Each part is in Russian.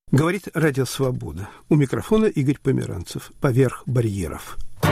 Говорит Радио Свобода. У микрофона Игорь Померанцев. Поверх барьеров.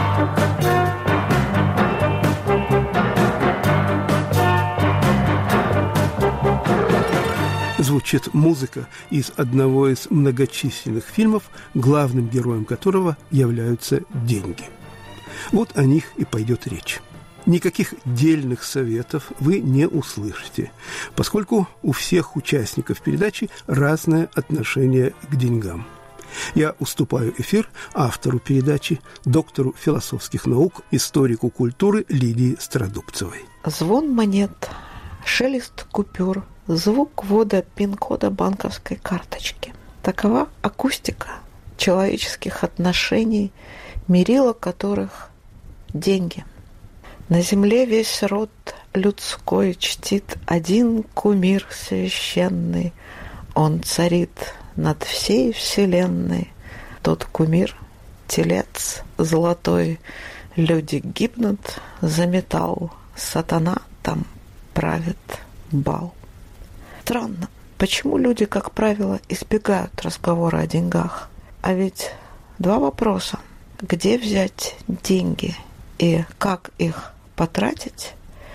Звучит музыка из одного из многочисленных фильмов, главным героем которого являются деньги. Вот о них и пойдет речь. Никаких дельных советов вы не услышите, поскольку у всех участников передачи разное отношение к деньгам. Я уступаю эфир автору передачи, доктору философских наук, историку культуры Лидии Стародубцевой. Звон монет, шелест купюр, звук ввода пин-кода банковской карточки. Такова акустика человеческих отношений, мерило которых деньги. На земле весь род людской чтит один кумир священный. Он царит над всей вселенной. Тот кумир — телец золотой. Люди гибнут за металл. Сатана там правит бал. Странно, почему люди, как правило, избегают разговора о деньгах? А ведь два вопроса. Где взять деньги и как их потратить,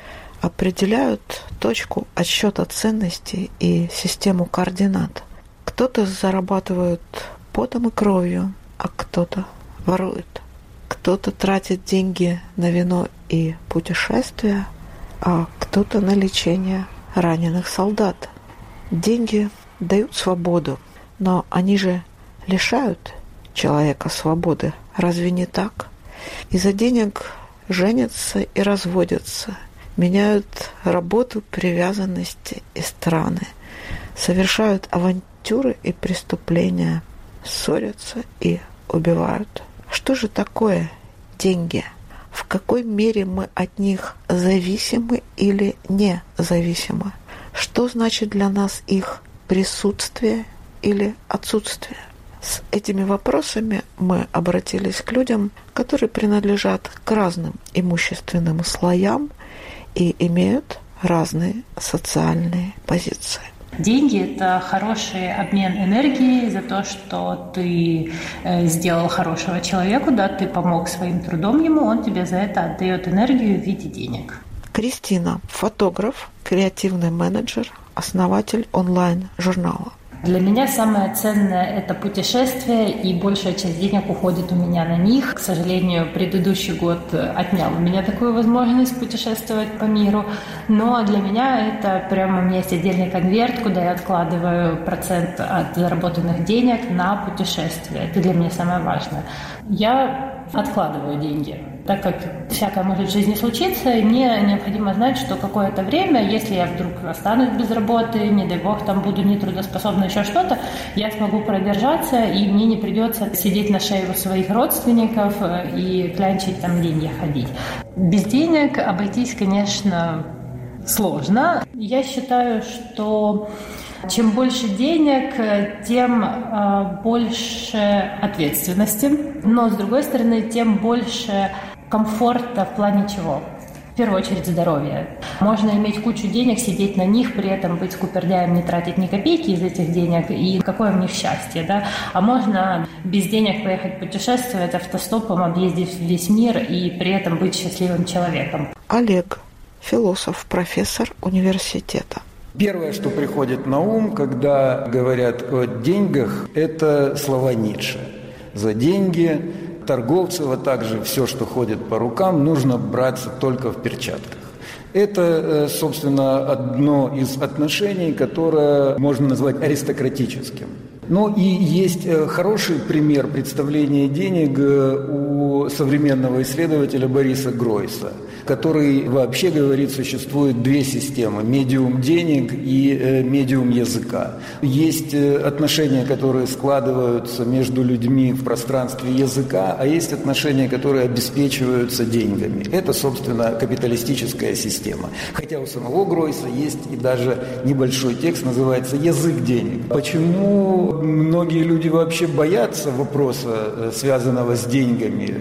определяют точку отсчета ценностей и систему координат. Кто-то зарабатывает потом и кровью, а кто-то ворует. Кто-то тратит деньги на вино и путешествия, а кто-то на лечение раненых солдат. Деньги дают свободу, но они же лишают человека свободы. Разве не так? Из-за денег женятся и разводятся, меняют работу, привязанности и страны, совершают авантюры и преступления, ссорятся и убивают. Что же такое деньги? В какой мере мы от них зависимы или не зависимы? Что значит для нас их присутствие или отсутствие? С этими вопросами мы обратились к людям, которые принадлежат к разным имущественным слоям и имеют разные социальные позиции. Деньги – это хороший обмен энергией за то, что ты сделал хорошего человеку, да, ты помог своим трудом ему, он тебе за это отдает энергию в виде денег. Кристина – фотограф, креативный менеджер, основатель онлайн-журнала. Для меня самое ценное – это путешествия, и большая часть денег уходит у меня на них. К сожалению, предыдущий год отнял у меня такую возможность путешествовать по миру. Но для меня это прямо у меня есть отдельный конверт, куда я откладываю процент от заработанных денег на путешествия. Это для меня самое важное. Я откладываю деньги, так как всякое может в жизни случиться, и мне необходимо знать, что какое-то время, если я вдруг останусь без работы, не дай бог, там буду нетрудоспособна, еще что-то, я смогу продержаться, и мне не придется сидеть на шее у своих родственников и клянчить там деньги ходить. Без денег обойтись, конечно, сложно. Я считаю, что чем больше денег, тем больше ответственности. Но, с другой стороны, тем больше комфорта в плане чего? В первую очередь здоровье. Можно иметь кучу денег, сидеть на них, при этом быть скупердяем, не тратить ни копейки из этих денег, и какое в них счастье, да? А можно без денег поехать путешествовать автостопом, объездив весь мир и при этом быть счастливым человеком. Олег, философ, профессор университета. Первое, что приходит на ум, когда говорят о деньгах, это слова Ницше. За деньги торговцев, а также все, что ходит по рукам, нужно браться только в перчатках. Это, собственно, одно из отношений, которое можно назвать аристократическим. Но и есть хороший пример представления денег у современного исследователя Бориса Гройса, который вообще говорит, существует две системы – медиум денег и медиум языка. Есть отношения, которые складываются между людьми в пространстве языка, а есть отношения, которые обеспечиваются деньгами. Это, собственно, капиталистическая система. Хотя у самого Гройса есть и даже небольшой текст, называется «Язык денег». Почему многие люди вообще боятся вопроса, связанного с деньгами?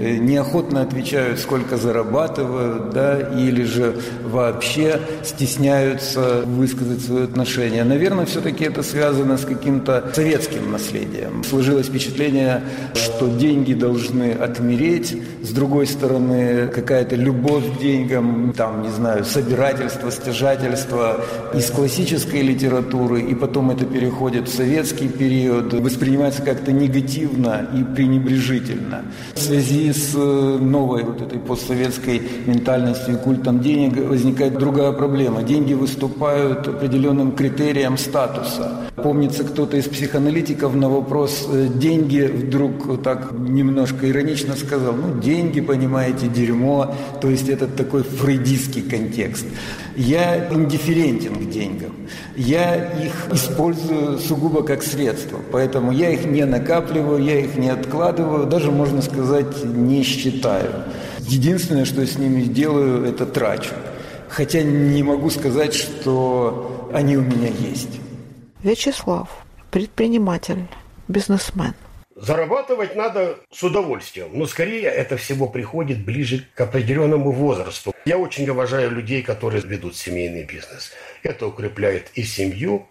неохотно отвечают, сколько зарабатывают, да, или же вообще стесняются высказать свое отношение. Наверное, все-таки это связано с каким-то советским наследием. Сложилось впечатление, что деньги должны отмереть. С другой стороны, какая-то любовь к деньгам, там, не знаю, собирательство, стяжательство из классической литературы, и потом это переходит в советский период, воспринимается как-то негативно и пренебрежительно. В связи с новой вот этой постсоветской ментальностью и культом денег возникает другая проблема. Деньги выступают определенным критерием статуса. Помнится, кто-то из психоаналитиков на вопрос «деньги» вдруг так немножко иронично сказал: ну, деньги, понимаете, дерьмо. То есть это такой фрейдистский контекст. Я индифферентен к деньгам. Я их использую сугубо как средство. Поэтому я их не накапливаю, я их не откладываю, даже, можно сказать, не считаю. Единственное, что я с ними делаю, это трачу. Хотя не могу сказать, что они у меня есть. Вячеслав, предприниматель, бизнесмен. Зарабатывать надо с удовольствием, но скорее это всего приходит ближе к определенному возрасту. Я очень уважаю людей, которые ведут семейный бизнес. Это укрепляет и семью,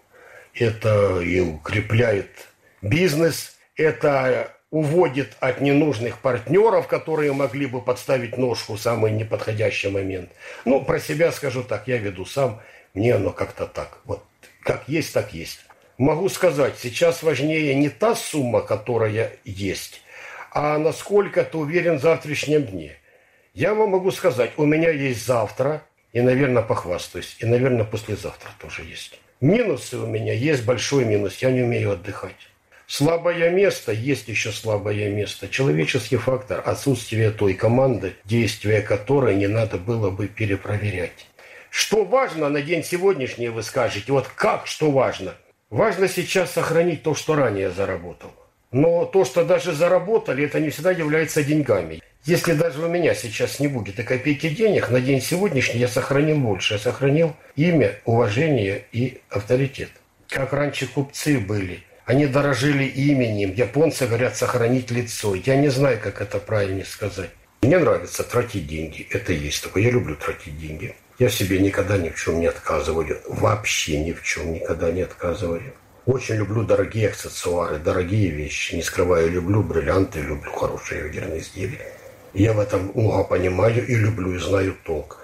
это и укрепляет бизнес, это уводит от ненужных партнеров, которые могли бы подставить ножку в самый неподходящий момент. Ну, про себя скажу так, я веду сам, мне оно как-то так. Вот как есть, так есть. Могу сказать, сейчас важнее не та сумма, которая есть, а насколько ты уверен в завтрашнем дне. Я вам могу сказать, у меня есть завтра, и, наверное, похвастаюсь, и, наверное, послезавтра тоже есть. Минусы у меня есть, большой минус, я не умею отдыхать. Слабое место, есть еще слабое место. Человеческий фактор, отсутствие той команды, действия которой не надо было бы перепроверять. Что важно на день сегодняшний, вы скажете, вот как, что важно? Важно сейчас сохранить то, что ранее заработал. Но то, что даже заработали, это не всегда является деньгами. Если даже у меня сейчас не будет и копейки денег, на день сегодняшний я сохранил больше. Я сохранил имя, уважение и авторитет. Как раньше купцы были. Они дорожили именем. Японцы говорят сохранить лицо. Я не знаю, как это правильно сказать. Мне нравится тратить деньги. Это есть такое. Я люблю тратить деньги. Я себе никогда ни в чем не отказываю. Вообще ни в чем никогда не отказываю. Очень люблю дорогие аксессуары, дорогие вещи. Не скрываю, люблю бриллианты, люблю хорошие ювелирные изделия. Я в этом много понимаю и люблю, и знаю толк.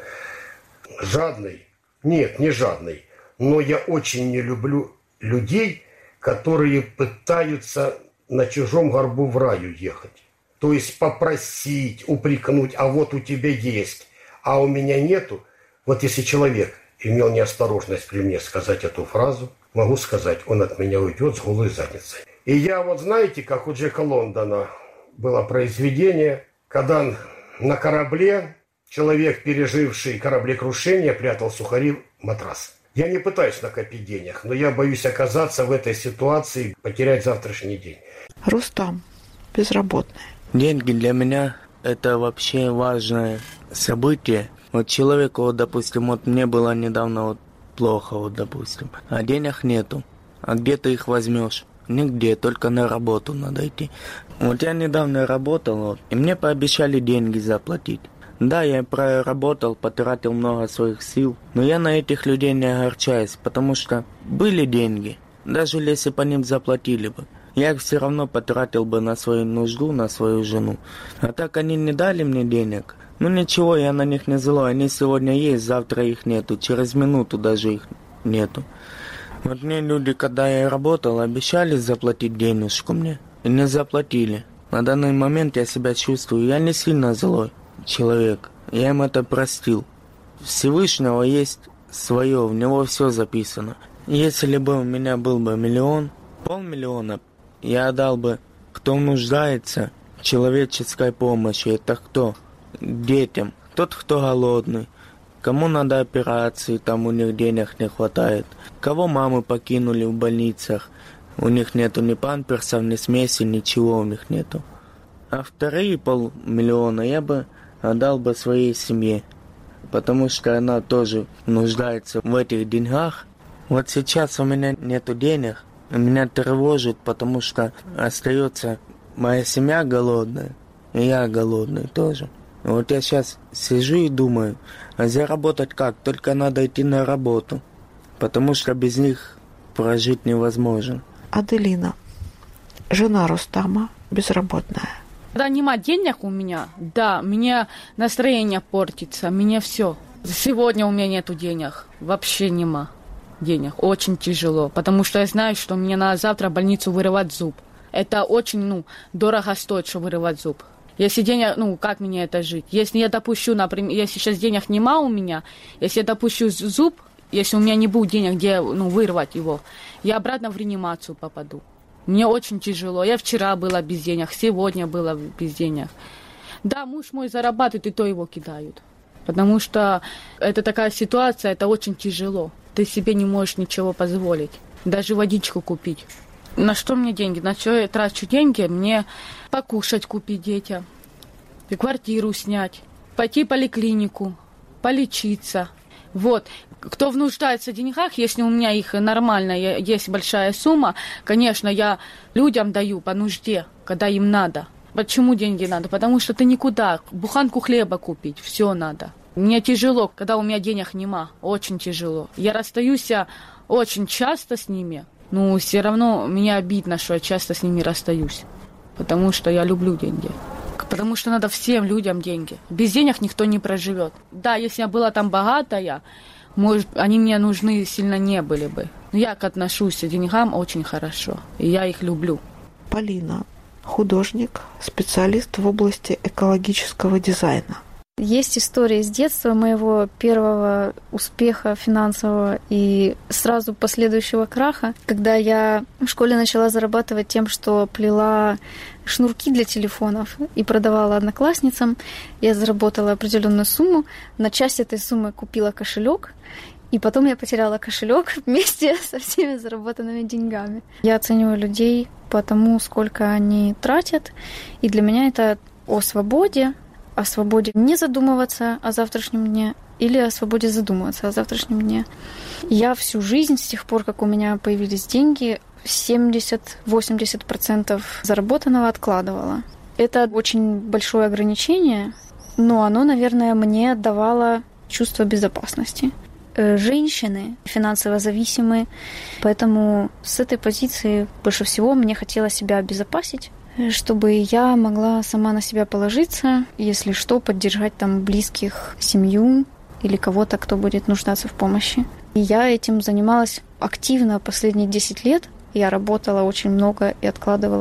Жадный? Нет, не жадный. Но я очень не люблю людей, которые пытаются на чужом горбу в раю ехать. То есть попросить, упрекнуть, а вот у тебя есть, а у меня нету. Вот если человек имел неосторожность при мне сказать эту фразу, могу сказать, он от меня уйдет с голой задницей. И я вот, знаете, как у Джека Лондона было произведение, когда на корабле человек, переживший кораблекрушение, прятал сухари в матрас. Я не пытаюсь накопить денег, но я боюсь оказаться в этой ситуации, потерять завтрашний день. Рустам, безработный. Деньги для меня – это вообще важное событие. Вот человеку, вот, допустим, вот мне было недавно вот плохо, вот, допустим, а денег нету. А где ты их возьмешь? Нигде, только на работу надо идти. Вот я недавно работал, вот, и мне пообещали деньги заплатить. Да, я проработал, потратил много своих сил, но я на этих людей не огорчаюсь, потому что были деньги, даже если по ним заплатили бы. Я их все равно потратил бы на свою нужду, на свою жену. А так они не дали мне денег. Ну ничего, я на них не злой. Они сегодня есть, завтра их нету. Через минуту даже их нету. Вот мне люди, когда я работал, обещали заплатить денежку мне. И не заплатили. На данный момент я себя чувствую, я не сильно злой человек. Я им это простил. Всевышнего есть свое, в него все записано. Если бы у меня был бы 1 миллион, 500 000, я отдал бы, кто нуждается в человеческой помощи. Это кто? Детям. Тот, кто голодный. Кому надо операции, там у них денег не хватает. Кого мамы покинули в больницах. У них нету ни памперсов, ни смеси, ничего у них нету. А вторые 500 000 я бы отдал бы своей семье. Потому что она тоже нуждается в этих деньгах. Вот сейчас у меня нету денег. Меня тревожит, потому что остается моя семья голодная. и я голодный тоже. Вот я сейчас сижу и думаю, а заработать как? Только надо идти на работу, потому что без них прожить невозможно. Аделина, жена Рустама, безработная. Когда нема денег у меня, да, мне настроение портится, мне все. Сегодня у меня нету денег, вообще нема денег, очень тяжело, потому что я знаю, что мне надо завтра в больницу вырывать зуб. Это очень, дорого стоит, чтобы вырывать зуб. Если денег, как мне это жить? Если я допущу, например, если сейчас денег нема у меня, если я допущу зуб, если у меня не будет денег, где, вырвать его, я обратно в реанимацию попаду. Мне очень тяжело. Я вчера была без денег, сегодня была без денег. Да, муж мой зарабатывает, и то его кидают. Потому что это такая ситуация, это очень тяжело. Ты себе не можешь ничего позволить. Даже водичку купить. На что мне деньги? На что я трачу деньги? Мне покушать купить детям, и квартиру снять, пойти в поликлинику, полечиться. Вот. Кто нуждается в деньгах, если у меня их нормально, есть большая сумма, конечно, я людям даю по нужде, когда им надо. Почему деньги надо? Потому что ты никуда. Буханку хлеба купить, все надо. Мне тяжело, когда у меня денег нема. Очень тяжело. Я расстаюсь очень часто с ними. Но все равно мне обидно, что я часто с ними расстаюсь. Потому что я люблю деньги. Потому что надо всем людям деньги. Без денег никто не проживет. Да, если я была там богатая, может, они мне нужны сильно не были бы. Но я отношусь к деньгам очень хорошо. И я их люблю. Полина, художник, специалист в области экологического дизайна. Есть история из детства моего первого успеха финансового и сразу последующего краха, когда я в школе начала зарабатывать тем, что плела шнурки для телефонов и продавала одноклассницам. Я заработала определенную сумму, на часть этой суммы купила кошелек, и потом я потеряла кошелек вместе со всеми заработанными деньгами. Я оцениваю людей по тому, сколько они тратят, и для меня это о свободе не задумываться о завтрашнем дне или о свободе задумываться о завтрашнем дне. Я всю жизнь, с тех пор, как у меня появились деньги, 70-80% заработанного откладывала. Это очень большое ограничение, но оно, наверное, мне давало чувство безопасности. Женщины финансово зависимы, поэтому с этой позиции больше всего мне хотелось себя обезопасить, чтобы я могла сама на себя положиться, если что, поддержать там близких, семью или кого-то, кто будет нуждаться в помощи. И я этим занималась активно последние 10 лет. Я работала очень много и откладывала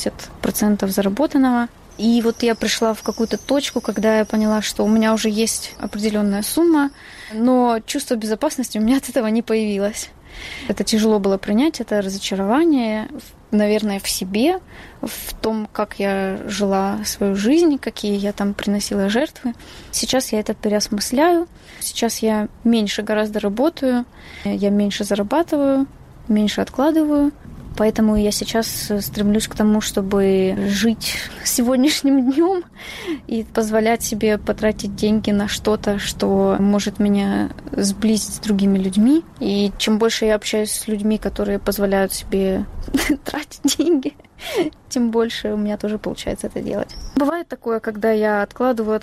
70% заработанного. И вот я пришла в какую-то точку, когда я поняла, что у меня уже есть определенная сумма, но чувство безопасности у меня от этого не появилось. Это тяжело было принять, это разочарование, наверное, в себе, в том, как я жила свою жизнь, какие я там приносила жертвы. Сейчас я это переосмысляю. Сейчас я меньше гораздо работаю, я меньше зарабатываю, меньше откладываю. Поэтому я сейчас стремлюсь к тому, чтобы жить сегодняшним днем и позволять себе потратить деньги на что-то, что может меня сблизить с другими людьми. И чем больше я общаюсь с людьми, которые позволяют себе тратить деньги, тем больше у меня тоже получается это делать. Бывает такое, когда я откладываю,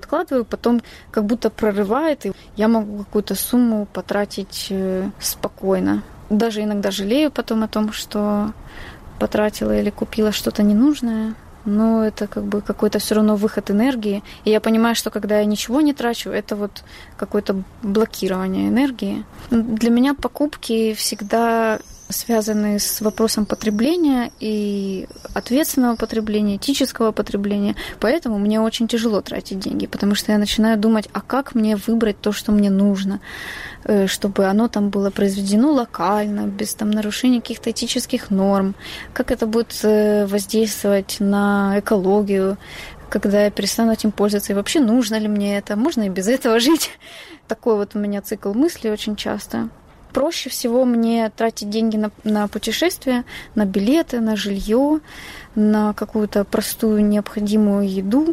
потом как будто прорывает, и я могу какую-то сумму потратить спокойно. Даже иногда жалею потом о том, что потратила или купила что-то ненужное, но это как бы какой-то все равно выход энергии. И я понимаю, что когда я ничего не трачу, это вот какое-то блокирование энергии. Для меня покупки всегда связаны с вопросом потребления и ответственного потребления, этического потребления. Поэтому мне очень тяжело тратить деньги, потому что я начинаю думать, а как мне выбрать то, что мне нужно, чтобы оно там было произведено локально, без там нарушения каких-то этических норм, как это будет воздействовать на экологию, когда я перестану этим пользоваться, и вообще нужно ли мне это, можно и без этого жить. Такой вот у меня цикл мыслей очень часто. Проще всего мне тратить деньги на путешествия, на билеты, на жилье, на какую-то простую необходимую еду,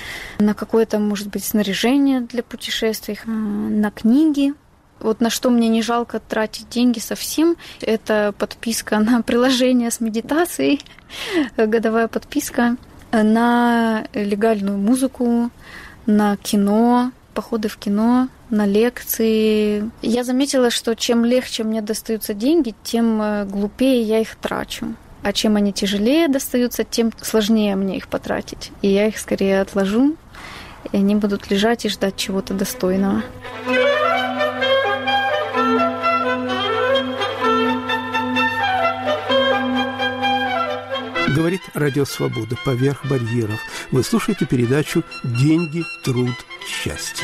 на какое-то, может быть, снаряжение для путешествий, на книги. Вот на что мне не жалко тратить деньги совсем, это подписка на приложение с медитацией, годовая подписка. На легальную музыку, на кино, походы в кино, на лекции. Я заметила, что чем легче мне достаются деньги, тем глупее я их трачу. А чем они тяжелее достаются, тем сложнее мне их потратить. И я их скорее отложу, и они будут лежать и ждать чего-то достойного. Говорит Радио Свобода «Поверх барьеров». Вы слушаете передачу «Деньги, труд, счастье».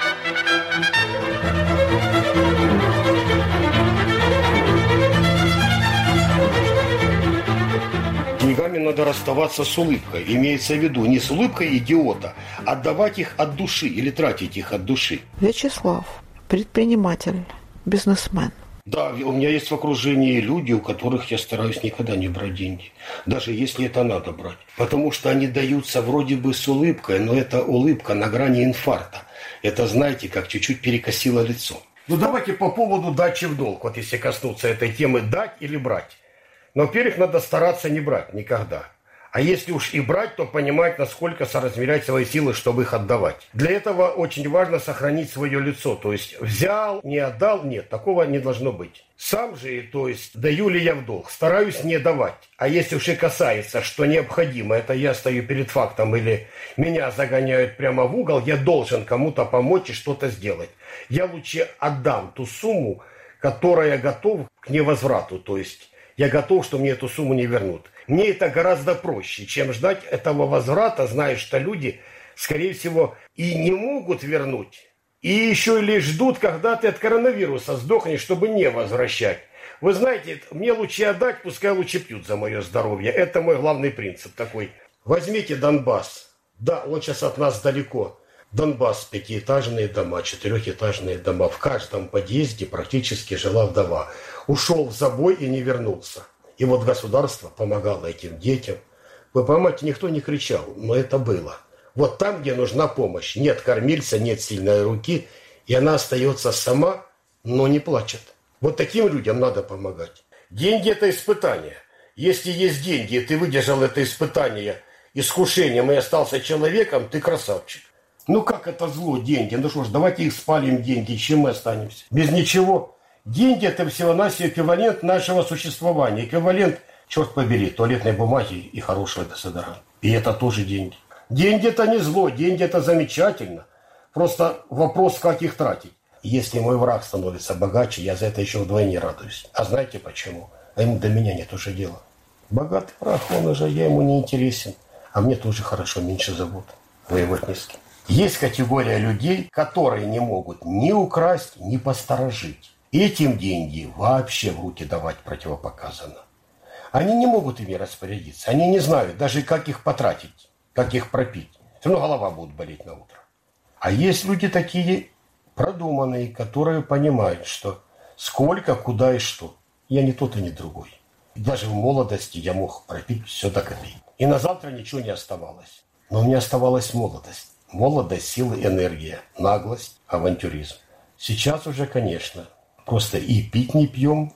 Деньгами надо расставаться с улыбкой. Имеется в виду не с улыбкой идиота, а отдавать их от души или тратить их от души. Вячеслав, предприниматель, бизнесмен. Да, у меня есть в окружении люди, у которых я стараюсь никогда не брать деньги. Даже если это надо брать. Потому что они даются вроде бы с улыбкой, но это улыбка на грани инфаркта. Это, знаете, как чуть-чуть перекосило лицо. Ну давайте по поводу дачи в долг. Вот если коснуться этой темы, дать или брать. Но, во-первых, надо стараться не брать никогда. А если уж и брать, то понимать, насколько соразмерять свои силы, чтобы их отдавать. Для этого очень важно сохранить свое лицо. То есть взял, не отдал, нет, такого не должно быть. Сам же, то есть даю ли я в долг, стараюсь не давать. А если уж и касается, что необходимо, это я стою перед фактом или меня загоняют прямо в угол, я должен кому-то помочь и что-то сделать. Я лучше отдам ту сумму, которая готов к невозврату. То есть я готов, что мне эту сумму не вернут. Мне это гораздо проще, чем ждать этого возврата, зная, что люди, скорее всего, и не могут вернуть. И еще лишь ждут, когда ты от коронавируса сдохнешь, чтобы не возвращать. Вы знаете, мне лучше отдать, пускай лучше пьют за мое здоровье. Это мой главный принцип такой. Возьмите Донбасс. Да, он сейчас от нас далеко. Донбасс, 5-этажные дома, 4-этажные дома. В каждом подъезде практически жила вдова. Ушел в забой и не вернулся. И вот государство помогало этим детям. Вы понимаете, никто не кричал, но это было. Вот там, где нужна помощь, нет кормильца, нет сильной руки, и она остается сама, но не плачет. Вот таким людям надо помогать. Деньги – это испытание. Если есть деньги, и ты выдержал это испытание искушением и остался человеком, ты красавчик. Ну как это зло, деньги? Ну что ж, давайте их спалим, деньги, чем мы останемся? Без ничего. Деньги – это всего-навсего эквивалент нашего существования. Эквивалент, черт побери, туалетной бумаги и хорошего дезодоранта. И это тоже деньги. Деньги – это не зло, деньги – это замечательно. Просто вопрос, как их тратить. Если мой враг становится богаче, я за это еще вдвойне радуюсь. А знаете почему? А ему до меня нет уже дела. Богатый враг, он уже, я ему не интересен. А мне тоже хорошо, меньше забот. Воевать не с кем. Есть категория людей, которые не могут ни украсть, ни посторожить. Этим деньги вообще в руки давать противопоказано. Они не могут ими распорядиться. Они не знают даже, как их потратить, как их пропить. Все равно голова будет болеть на утро. А есть люди такие продуманные, которые понимают, что сколько, куда и что. Я не тот и не другой. Даже в молодости я мог пропить все до копейки. И на завтра ничего не оставалось. Но мне оставалась молодость. Молодость, сила, энергия, наглость, авантюризм. Сейчас уже, конечно, просто и пить не пьем,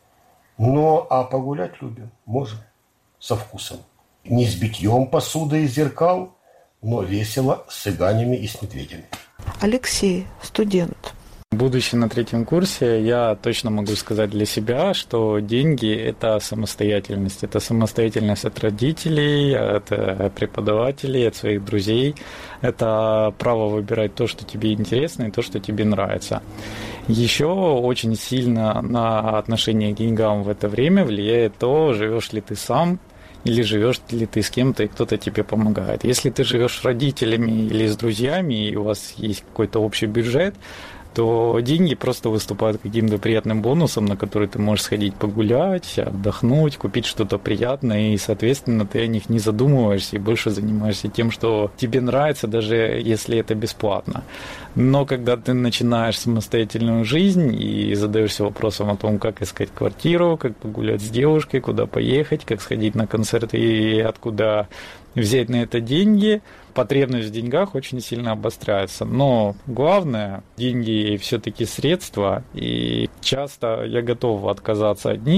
но а погулять любим, можем, со вкусом. Не с битьем посуды и зеркал, но весело с цыганями и с медведями. Алексей, студент. Будучи на 3-м курсе, я точно могу сказать для себя, что деньги – это самостоятельность. Это самостоятельность от родителей, от преподавателей, от своих друзей. Это право выбирать то, что тебе интересно, и то, что тебе нравится. Еще очень сильно на отношение к деньгам в это время влияет то, живешь ли ты сам, или живешь ли ты с кем-то, и кто-то тебе помогает. Если ты живешь с родителями или с друзьями, и у вас есть какой-то общий бюджет, то деньги просто выступают каким-то приятным бонусом, на который ты можешь сходить погулять, отдохнуть, купить что-то приятное, и, соответственно, ты о них не задумываешься и больше занимаешься тем, что тебе нравится, даже если это бесплатно. Но когда ты начинаешь самостоятельную жизнь и задаешься вопросом о том, как искать квартиру, как погулять с девушкой, куда поехать, как сходить на концерт и откуда взять на это деньги, потребность в деньгах очень сильно обостряется. Но главное, деньги все-таки средства, и часто я готов отказаться от них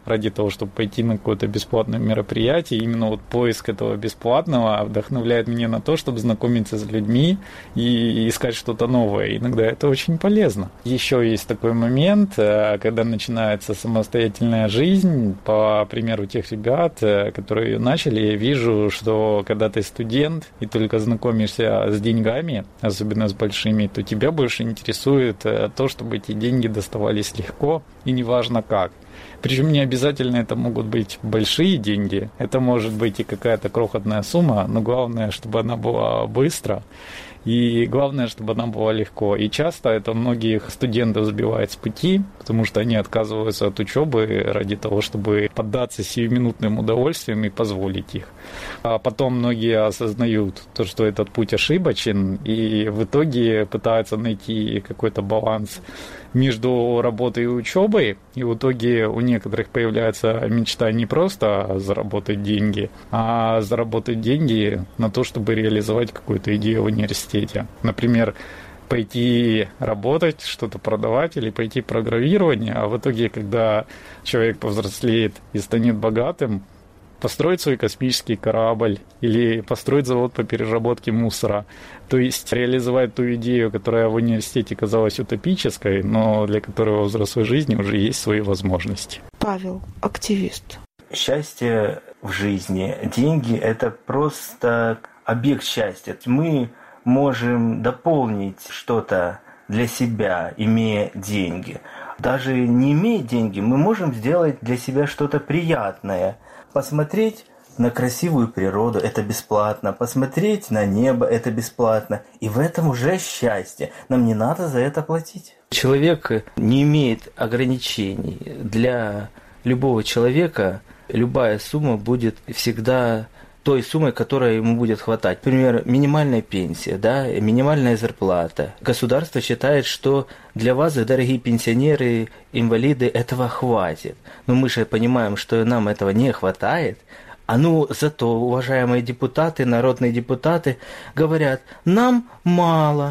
ради того, чтобы пойти на какое-то бесплатное мероприятие. Именно вот поиск этого бесплатного вдохновляет меня на то, чтобы знакомиться с людьми и искать что-то новое. Иногда это очень полезно. Еще есть такой момент, когда начинается самостоятельная жизнь. По примеру тех ребят, которые ее начали, я вижу, что когда ты студент и только знакомишься с деньгами, особенно с большими, то тебя больше интересует то, чтобы эти деньги доставались легко и неважно как. Причем не обязательно это могут быть большие деньги, это может быть и какая-то крохотная сумма, но главное, чтобы она была быстро. И главное, чтобы она была легко. И часто это многих студентов сбивает с пути, потому что они отказываются от учебы ради того, чтобы поддаться сиюминутным удовольствиям и позволить их. А потом многие осознают то, что этот путь ошибочен, и в итоге пытаются найти какой-то баланс между работой и учебой, и в итоге у некоторых появляется мечта не просто заработать деньги, а заработать деньги на то, чтобы реализовать какую-то идею в университете. Например, пойти работать, что-то продавать или пойти программирование, а в итоге, когда человек повзрослеет и станет богатым, построить свой космический корабль или построить завод по переработке мусора. То есть реализовать ту идею, которая в университете казалась утопической, но для которой во взрослой жизни уже есть свои возможности. Павел, активист. Счастье в жизни, деньги – это просто объект счастья. Мы можем дополнить что-то для себя, имея деньги. Даже не имея деньги, мы можем сделать для себя что-то приятное. Посмотреть на красивую природу – это бесплатно. Посмотреть на небо – это бесплатно. И в этом уже счастье. Нам не надо за это платить. Человек не имеет ограничений. Для любого человека любая сумма будет всегда той суммой, которая ему будет хватать. Например, минимальная пенсия, да, минимальная зарплата. Государство считает, что для вас, дорогие пенсионеры, инвалиды, этого хватит. Но мы же понимаем, что нам этого не хватает. Зато, уважаемые депутаты, народные депутаты, говорят, нам мало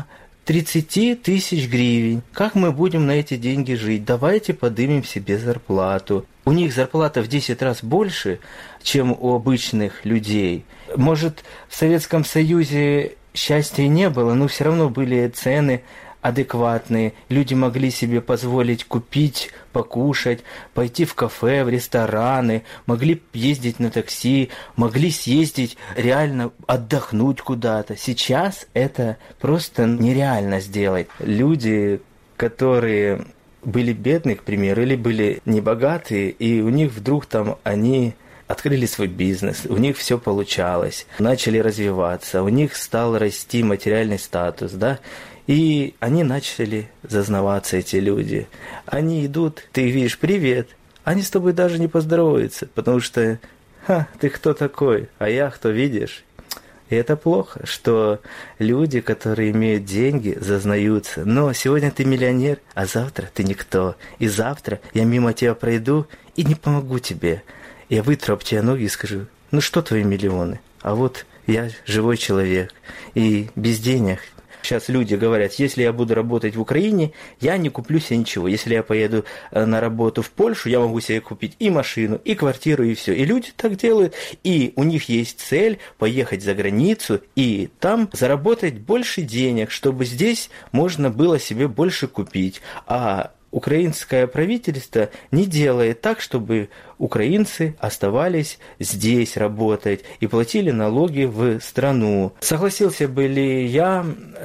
30 тысяч гривен. Как мы будем на эти деньги жить? Давайте поднимем себе зарплату. У них зарплата в 10 раз больше, чем у обычных людей. Может, в Советском Союзе счастья не было, но все равно были цены адекватные. Люди могли себе позволить купить, покушать, пойти в кафе, в рестораны, могли ездить на такси, могли съездить, реально отдохнуть куда-то. Сейчас это просто нереально сделать. Люди, которые были бедные, к примеру, или были небогатые, и у них вдруг там они открыли свой бизнес, у них все получалось, начали развиваться, у них стал расти материальный статус, да, и они начали зазнаваться, эти люди. Они идут, ты их видишь, привет, они с тобой даже не поздороваются, потому что, ты кто такой, а я кто, видишь? И это плохо, что люди, которые имеют деньги, зазнаются. Но сегодня ты миллионер, а завтра ты никто. И завтра я мимо тебя пройду и не помогу тебе. Я вытру об тебя ноги и скажу, что твои миллионы? А вот я живой человек, и без денег. Сейчас люди говорят, если я буду работать в Украине, я не куплю себе ничего. Если я поеду на работу в Польшу, я могу себе купить и машину, и квартиру, и все. И люди так делают. И у них есть цель поехать за границу и там заработать больше денег, чтобы здесь можно было себе больше купить. А украинское правительство не делает так, чтобы украинцы оставались здесь работать и платили налоги в страну. Согласился бы ли я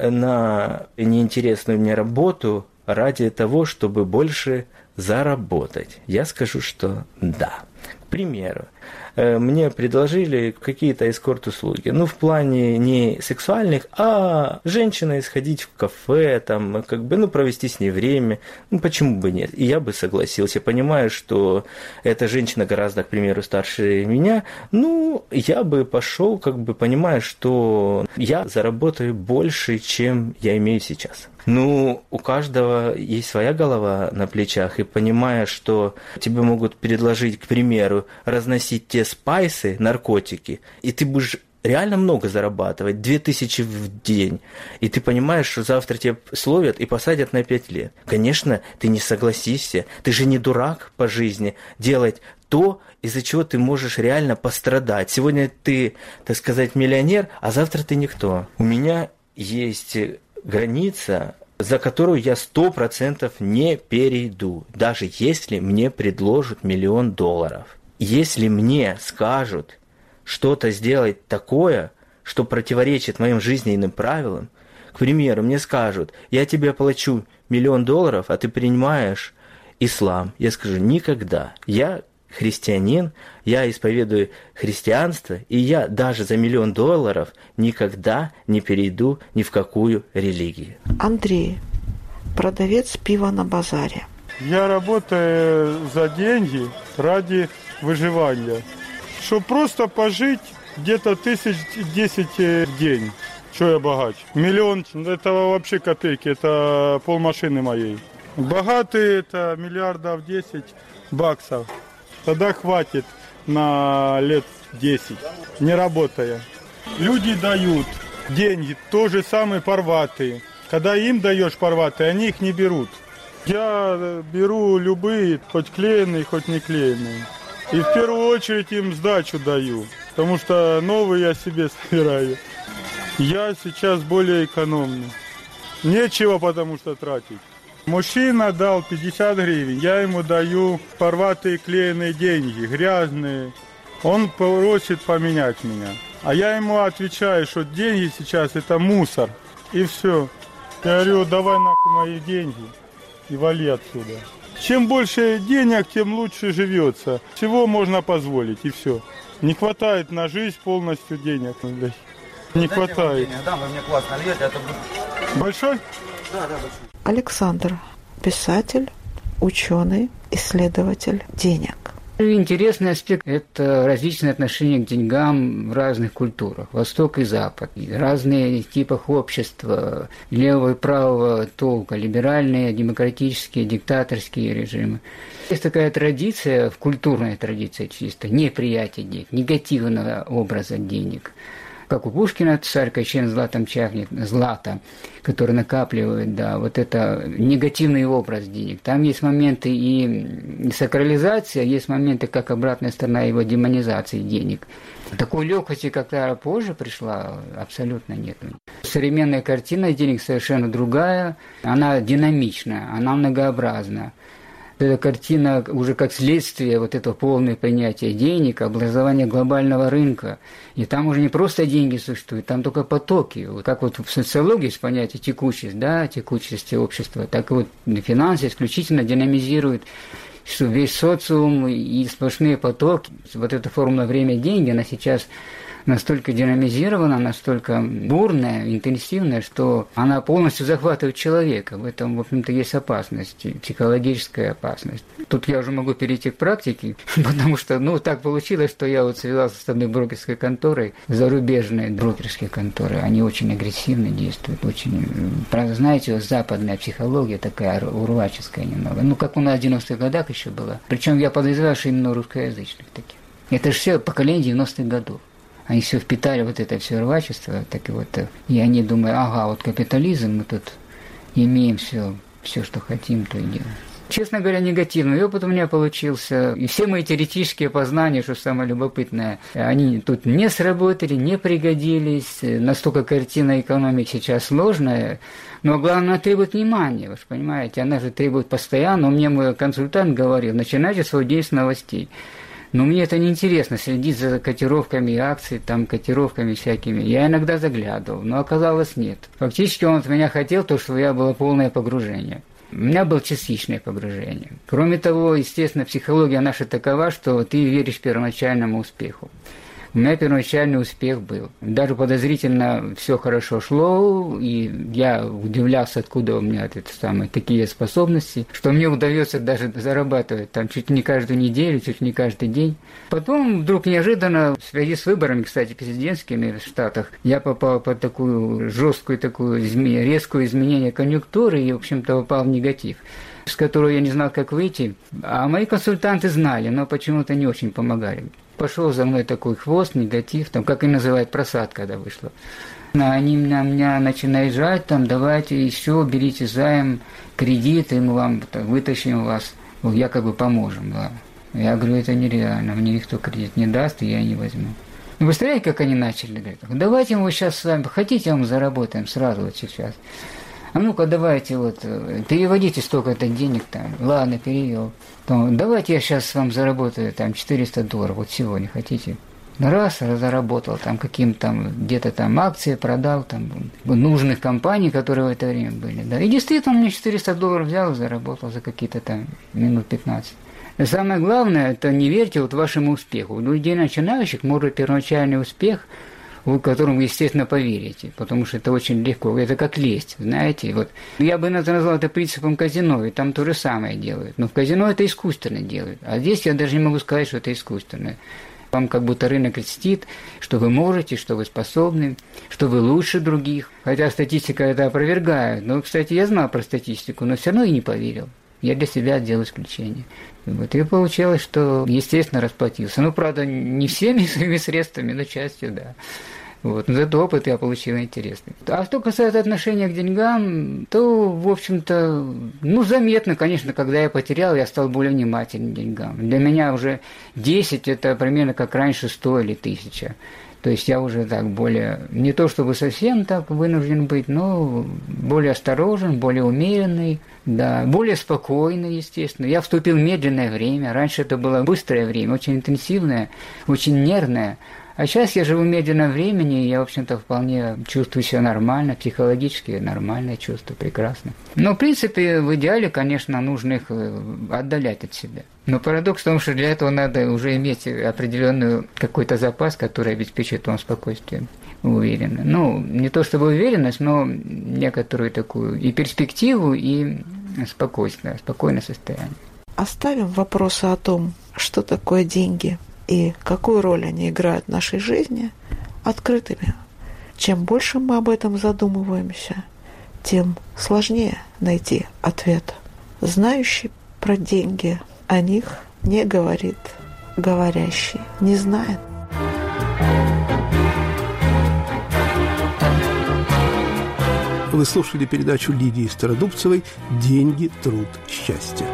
на неинтересную мне работу ради того, чтобы больше заработать? Я скажу, что да. К примеру, мне предложили какие-то эскорт-услуги. В плане не сексуальных, а женщиной сходить в кафе, там, провести с ней время. Почему бы нет? И я бы согласился, понимая, что эта женщина гораздо, к примеру, старше меня. Я бы пошел, понимая, что я заработаю больше, чем я имею сейчас. У каждого есть своя голова на плечах, и понимая, что тебе могут предложить, к примеру, разносить те спайсы, наркотики, и ты будешь реально много зарабатывать, 2000 в день, и ты понимаешь, что завтра тебя словят и посадят на 5 лет. Конечно, ты не согласишься, ты же не дурак по жизни делать то, из-за чего ты можешь реально пострадать. Сегодня ты, так сказать, миллионер, а завтра ты никто. У меня есть граница, за которую я 100% не перейду, даже если мне предложат $1 миллион. Если мне скажут что-то сделать такое, что противоречит моим жизненным правилам, к примеру, мне скажут, я тебе оплачу $1 миллион, а ты принимаешь ислам. Я скажу, никогда. Я христианин, я исповедую христианство, и я даже за $1 миллион никогда не перейду ни в какую религию. Андрей, продавец пива на базаре. Я работаю за деньги ради выживания. Чтобы просто пожить где-то 1010 в день. Что я богач? $1 миллион, это вообще копейки, это полмашины моей. Богатые это $10 миллиардов баксов. Тогда хватит на лет 10, не работая. Люди дают деньги, то же самое порватые. Когда им даешь порватые, они их не берут. Я беру любые, хоть клееные, хоть не клееные. И в первую очередь им сдачу даю, потому что новые я себе собираю. Я сейчас более экономный. Нечего потому что тратить. Мужчина дал 50 гривен, я ему даю порватые клееные деньги, грязные. Он просит поменять меня. А я ему отвечаю, что деньги сейчас это мусор. И все. Я говорю, давай нахуй мои деньги и вали отсюда. Чем больше денег, тем лучше живется. Всего можно позволить, и все. Не хватает на жизнь полностью денег. Не хватает. Да, вы мне классно льете, это... Большой? Да, большой. Александр, писатель, ученый, исследователь денег. Интересный аспект – это различные отношения к деньгам в разных культурах, Восток и Запад, разные типы общества, левого и правого толка, либеральные, демократические, диктаторские режимы. Есть такая традиция, культурная традиция чисто, неприятие денег, негативного образа денег. Как у Пушкина царь Качен златом чахнет, злато, который накапливает, да, вот это негативный образ денег. Там есть моменты и сакрализация, есть моменты, как обратная сторона его демонизации денег. Такой легкости, как-то позже пришла, абсолютно нет. Современная картина денег совершенно другая, она динамичная, она многообразна. Эта картина уже как следствие вот этого полное принятия денег, образования глобального рынка. И там уже не просто деньги существуют, там только потоки. Вот как вот в социологии есть понятие текучесть, да, текучести общества, так и вот финансы исключительно динамизируют весь социум и сплошные потоки. Вот эта формула «время-деньги», она сейчас настолько динамизирована, настолько бурная, интенсивная, что она полностью захватывает человека. В этом, в общем-то, есть опасность, психологическая опасность. Тут я уже могу перейти к практике, потому что, так получилось, что я вот связался с одной брокерской конторой, зарубежные брокерские конторы, они очень агрессивно действуют, очень, правда, знаете, западная психология такая урваческая немного, как у нас в 90-х годах еще была. Причем я подозреваю, что именно русскоязычных таких. Это же все поколение 90-х годов. Они все впитали вот это все рвачество, так и вот, и они думают, вот капитализм, мы тут имеем все, что хотим, то и делаем. Честно говоря, негативный опыт у меня получился, и все мои теоретические познания, что самое любопытное, они тут не сработали, не пригодились, настолько картина экономики сейчас сложная, но главное, она требует внимания, вы же понимаете, она же требует постоянно, мне мой консультант говорил, начинайте свой день с новостей. Но мне это неинтересно, следить за котировками акций, котировками всякими. Я иногда заглядывал, но оказалось нет. Фактически он от меня хотел то, чтобы я было полное погружение. У меня было частичное погружение. Кроме того, естественно, психология наша такова, что ты веришь первоначальному успеху. У меня первоначальный успех был. Даже подозрительно все хорошо шло, и я удивлялся, откуда у меня такие способности, что мне удается даже зарабатывать чуть не каждую неделю, чуть не каждый день. Потом вдруг неожиданно, в связи с выборами, кстати, президентскими в Штатах, я попал под такую жесткую, резкое изменение конъюнктуры и, в общем-то, попал в негатив, с которого я не знал, как выйти. А мои консультанты знали, но почему-то не очень помогали. Пошел за мной такой хвост, негатив, там, как и называют, просадка, когда вышла. Они на меня начинают жать, там, давайте еще, берите займ, кредит, и мы вам вытащим вас, якобы поможем. Да. Я говорю, это нереально, мне никто кредит не даст, и я не возьму. Вы представляете, как они начали? Говорят, давайте мы сейчас с вами, хотите, мы заработаем сразу вот сейчас. А ну-ка, давайте вот, переводите столько-то денег там. Ладно, перевел. Потом, давайте я сейчас вам заработаю там $400, вот сегодня хотите. Раз, заработал, там каким там, где-то там акции продал, там, нужных компаний, которые в это время были. Да. И действительно, мне $400 взял и заработал за какие-то там минут 15. И самое главное, это не верьте вот вашему успеху. У людей начинающих может первоначальный успех, в котором вы, естественно, поверите, потому что это очень легко, это как лесть, знаете. Вот. Я бы назвал это принципом казино, и там то же самое делают. Но в казино это искусственно делают, а здесь я даже не могу сказать, что это искусственно. Вам как будто рынок льстит, что вы можете, что вы способны, что вы лучше других. Хотя статистика это опровергает. Но, кстати, я знал про статистику, но все равно и не поверил. Я для себя делал исключение. Вот. И получилось, что, естественно, расплатился. Ну, правда, не всеми своими средствами, но частью, да. Вот. Но зато опыт я получил интересный. А что касается отношения к деньгам, то, в общем-то, ну, заметно, конечно, когда я потерял, я стал более внимательным к деньгам. Для меня уже 10 – это примерно как раньше 100 или 1000. То есть я уже так более, не то чтобы совсем так вынужден быть, но более осторожен, более умеренный, да, более спокойный, естественно. Я вступил в медленное время. Раньше это было быстрое время, очень интенсивное, очень нервное. А сейчас я живу в медленном времени, и я, в общем-то, вполне чувствую себя нормально, психологически нормальное чувство, прекрасно. Но, в принципе, в идеале, конечно, нужно их отдалять от себя. Но парадокс в том, что для этого надо уже иметь определенный какой-то запас, который обеспечит вам спокойствие, уверенно. Ну, не то чтобы уверенность, но некоторую такую и перспективу, и спокойствие, спокойное состояние. Оставим вопросы о том, что такое деньги и какую роль они играют в нашей жизни, открытыми. Чем больше мы об этом задумываемся, тем сложнее найти ответ. Знающий про деньги о них не говорит, говорящий не знает. Вы слушали передачу Лидии Стародубцевой «Деньги, труд, счастье».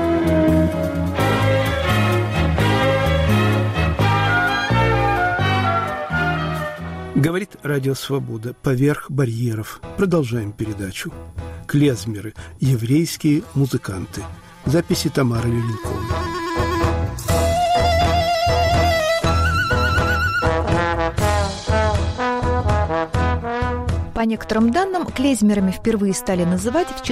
Говорит Радио Свобода. Поверх барьеров. Продолжаем передачу. Клезмеры. Еврейские музыканты. Записи Тамары Леленковой. По некоторым данным, клезмерами впервые стали называть в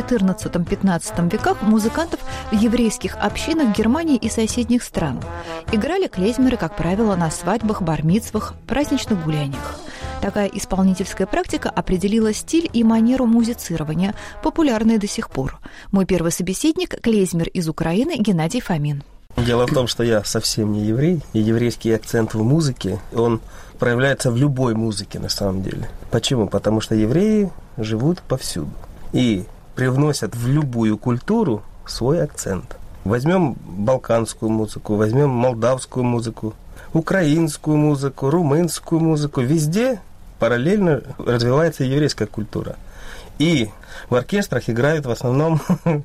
XIV-XV веках музыкантов в еврейских общинах Германии и соседних стран. Играли клезмеры, как правило, на свадьбах, бар-мицвах, праздничных гуляниях. Такая исполнительская практика определила стиль и манеру музицирования, популярные до сих пор. Мой первый собеседник – клезмер из Украины Геннадий Фомин. Дело в том, что я совсем не еврей, и еврейский акцент в музыке, он проявляется в любой музыке на самом деле. Почему? Потому что евреи живут повсюду и привносят в любую культуру свой акцент. Возьмем балканскую музыку, возьмем молдавскую музыку, украинскую музыку, румынскую музыку. Везде параллельно развивается еврейская культура. И в оркестрах играют в основном,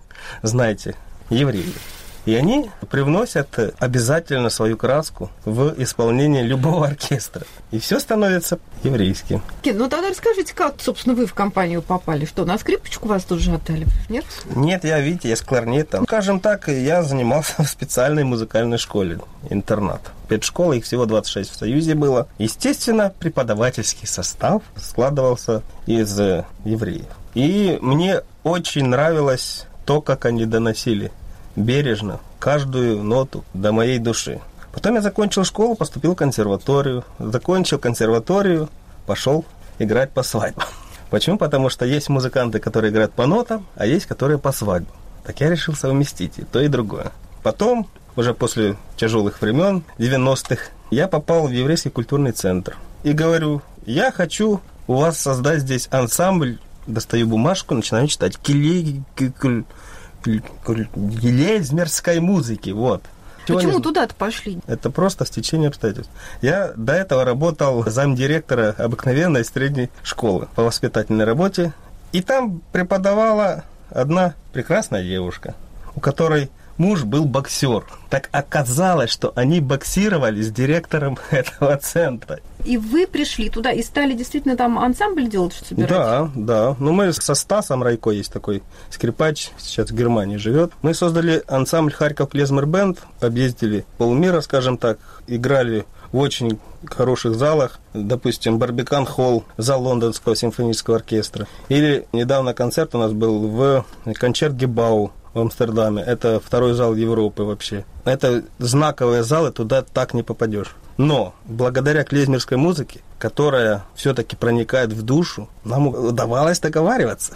знаете, евреи. И они привносят обязательно свою краску в исполнение любого оркестра. И все становится еврейским. Ну тогда расскажите, как, собственно, вы в компанию попали? Что, на скрипочку вас тут же отдали? Нет? Нет, я с кларнетом. Скажем так, я занимался в специальной музыкальной школе, интернат. Педшкола, их всего 26 в Союзе было. Естественно, преподавательский состав складывался из евреев. И мне очень нравилось то, как они доносили бережно каждую ноту до моей души. Потом я закончил школу, поступил в консерваторию. Закончил консерваторию, пошел играть по свадьбам. Почему? Потому что есть музыканты, которые играют по нотам, а есть, которые по свадьбам. Так я решил совместить и то, и другое. Потом, уже после тяжелых времен, 90-х, я попал в еврейский культурный центр. И говорю, я хочу у вас создать здесь ансамбль. Достаю бумажку, начинаю читать клезмерской музыки, вот. Почему туда-то пошли? Это просто стечение обстоятельств. Я до этого работал замдиректора обыкновенной средней школы по воспитательной работе, и там преподавала одна прекрасная девушка, у которой муж был боксер. Так оказалось, что они боксировали с директором этого центра. И вы пришли туда и стали действительно там ансамбль делать, что собирать? Да. Ну, мы со Стасом Райко, есть такой скрипач, сейчас в Германии живет. Мы создали ансамбль «Харьков Клезмер Бенд», объездили полмира, скажем так, играли в очень хороших залах, допустим, Барбикан-холл, зал Лондонского симфонического оркестра. Или недавно концерт у нас был в Концерт-Гебау в Амстердаме. Это второй зал Европы вообще. Это знаковые залы, туда так не попадешь. Но благодаря клезмерской музыке, которая все-таки проникает в душу, нам удавалось договариваться.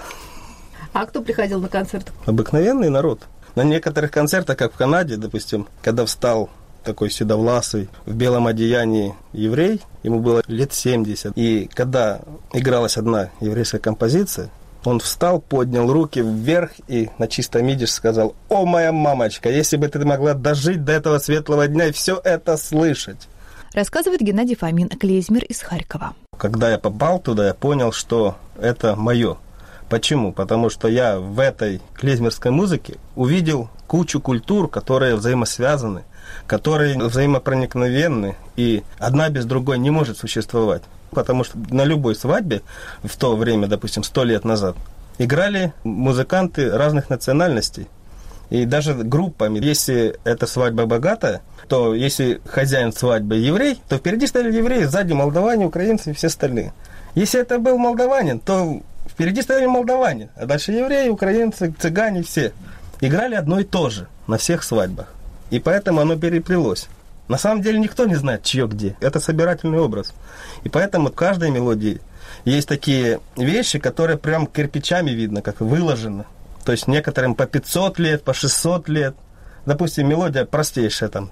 А кто приходил на концерты? Обыкновенный народ. На некоторых концертах, как в Канаде, допустим, когда встал такой седовласый в белом одеянии еврей, ему было лет 70. И когда игралась одна еврейская композиция, он встал, поднял руки вверх и на чистом идиш сказал: «О, моя мамочка, если бы ты могла дожить до этого светлого дня и все это слышать». Рассказывает Геннадий Фомин, клезмер из Харькова. Когда я попал туда, я понял, что это мое. Почему? Потому что я в этой клезмерской музыке увидел кучу культур, которые взаимосвязаны, которые взаимопроникновенны, и одна без другой не может существовать. Потому что на любой свадьбе в то время, допустим, 100 лет назад, играли музыканты разных национальностей. И даже группами. Если эта свадьба богатая, то если хозяин свадьбы еврей, то впереди стояли евреи, сзади молдаване, украинцы и все остальные. Если это был молдаванин, то впереди стояли молдаване, а дальше евреи, украинцы, цыгане, все. Играли одно и то же на всех свадьбах. И поэтому оно переплелось. На самом деле никто не знает, чье где. Это собирательный образ. И поэтому в каждой мелодии есть такие вещи, которые прям кирпичами видно, как выложено. То есть некоторым по 500 лет, по 600 лет. Допустим, мелодия простейшая там.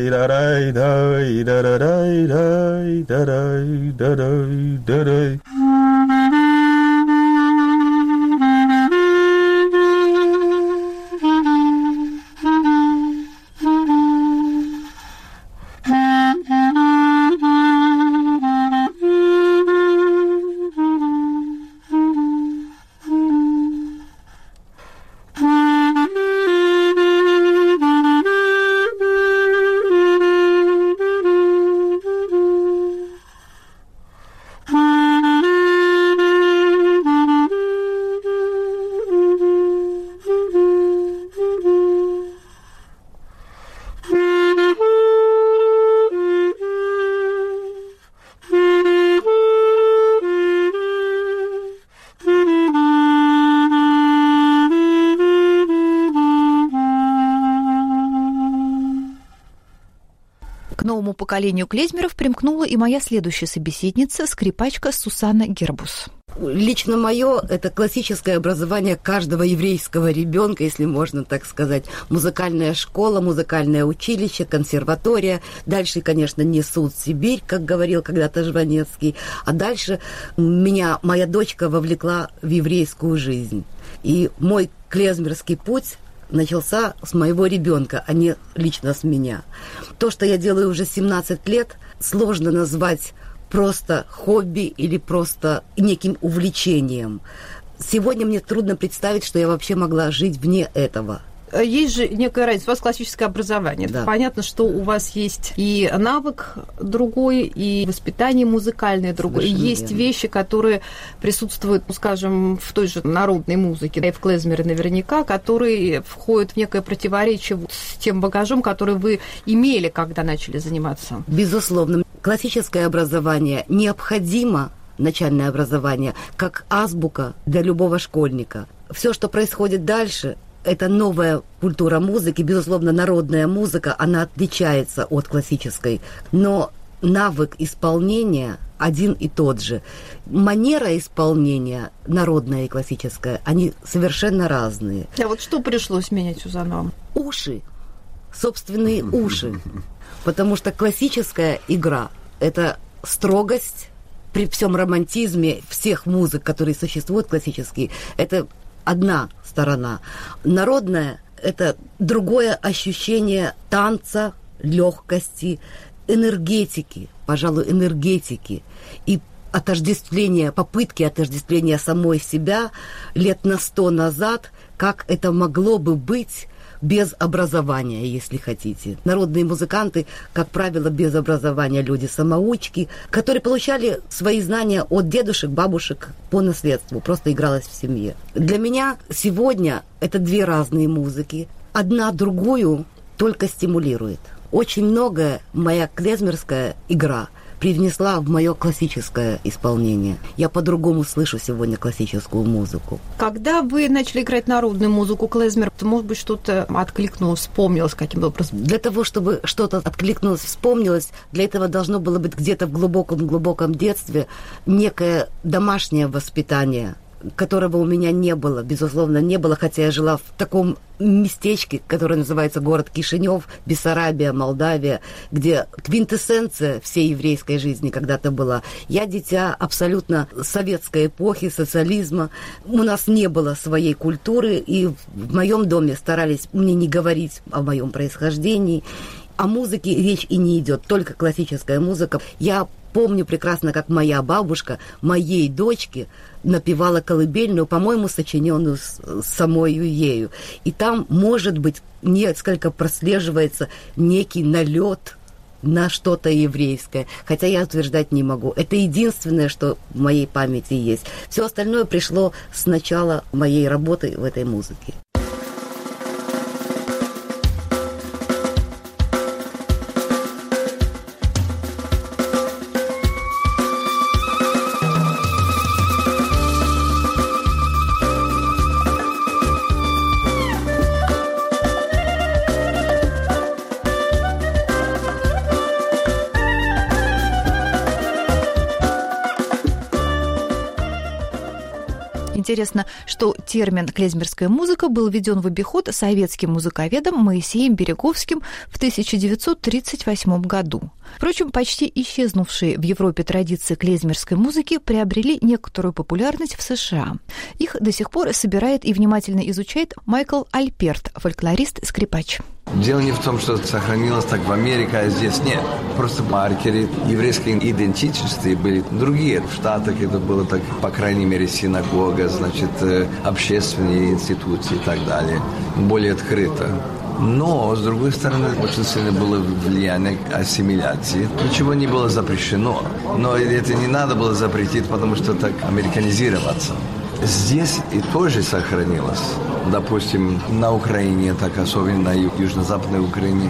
К новому поколению клезмеров примкнула и моя следующая собеседница, скрипачка Сусанна Гербус. Лично мое – это классическое образование каждого еврейского ребенка, если можно так сказать. Музыкальная школа, музыкальное училище, консерватория. Дальше, конечно, несут Сибирь, как говорил когда-то Жванецкий. А дальше меня моя дочка вовлекла в еврейскую жизнь. И мой клезмерский путь начался с моего ребенка, а не лично с меня. То, что я делаю уже 17 лет, сложно назвать просто хобби или просто неким увлечением. Сегодня мне трудно представить, что я вообще могла жить вне этого. Есть же некая разница. У вас классическое образование. Да. Понятно, что у вас есть и навык другой, и воспитание музыкальное другое. Совершенно есть верно. Вещи, которые присутствуют, скажем, в той же народной музыке, и в клезмере наверняка, которые входят в некое противоречие с тем багажом, который вы имели, когда начали заниматься. Безусловно. Классическое образование необходимо, начальное образование, как азбука для любого школьника. Все, что происходит дальше, это новая культура музыки, безусловно, народная музыка, она отличается от классической, но навык исполнения один и тот же. Манера исполнения, народная и классическая, они совершенно разные. А вот что пришлось менять, Сюзанна? Уши, собственные уши, потому что классическая игра – это строгость при всем романтизме всех музык, которые существуют классические, это одна сторона. Народная – это другое ощущение танца, легкости, энергетики, пожалуй, энергетики и попытки отождествления самой себя лет на 100 назад, как это могло бы быть без образования, если хотите. Народные музыканты, как правило, без образования люди самоучки, которые получали свои знания от дедушек, бабушек по наследству, просто игралось в семье. Для меня сегодня это две разные музыки. Одна другую только стимулирует. Очень многое моя клезмерская игра привнесла в мое классическое исполнение. Я по-другому слышу сегодня классическую музыку. Когда вы начали играть народную музыку, клезмер, то, может быть, что-то откликнулось, вспомнилось каким-то образом? Для того, чтобы что-то откликнулось, вспомнилось, для этого должно было быть где-то в глубоком-глубоком детстве некое домашнее воспитание, которого у меня не было, безусловно, не было, хотя я жила в таком местечке, которое называется город Кишинев, Бессарабия, Молдавия, где квинтэссенция всей еврейской жизни когда-то была. Я дитя абсолютно советской эпохи, социализма. У нас не было своей культуры, и в моем доме старались мне не говорить о моем происхождении. О музыке речь и не идет, только классическая музыка. Я помню прекрасно, как моя бабушка моей дочке напевала колыбельную, по-моему, сочиненную самой ею. И там, может быть, несколько прослеживается некий налет на что-то еврейское. Хотя я утверждать не могу. Это единственное, что в моей памяти есть. Все остальное пришло с начала моей работы в этой музыке. Интересно, что термин «клезмерская музыка» был введен в обиход советским музыковедом Моисеем Береговским в 1938 году. Впрочем, почти исчезнувшие в Европе традиции клезмерской музыки приобрели некоторую популярность в США. Их до сих пор собирает и внимательно изучает Майкл Альперт, фольклорист-скрипач. Дело не в том, что сохранилось так в Америке, а здесь нет. Просто маркеры еврейской идентичности были другие. В Штатах это было так, по крайней мере, синагога, значит, общественные институции и так далее. Более открыто. Но, с другой стороны, очень сильно было влияние ассимиляции. Ничего не было запрещено. Но это не надо было запретить, потому что так американизироваться. Здесь и тоже сохранилось. Допустим, на Украине, так особенно на южно-западной Украине,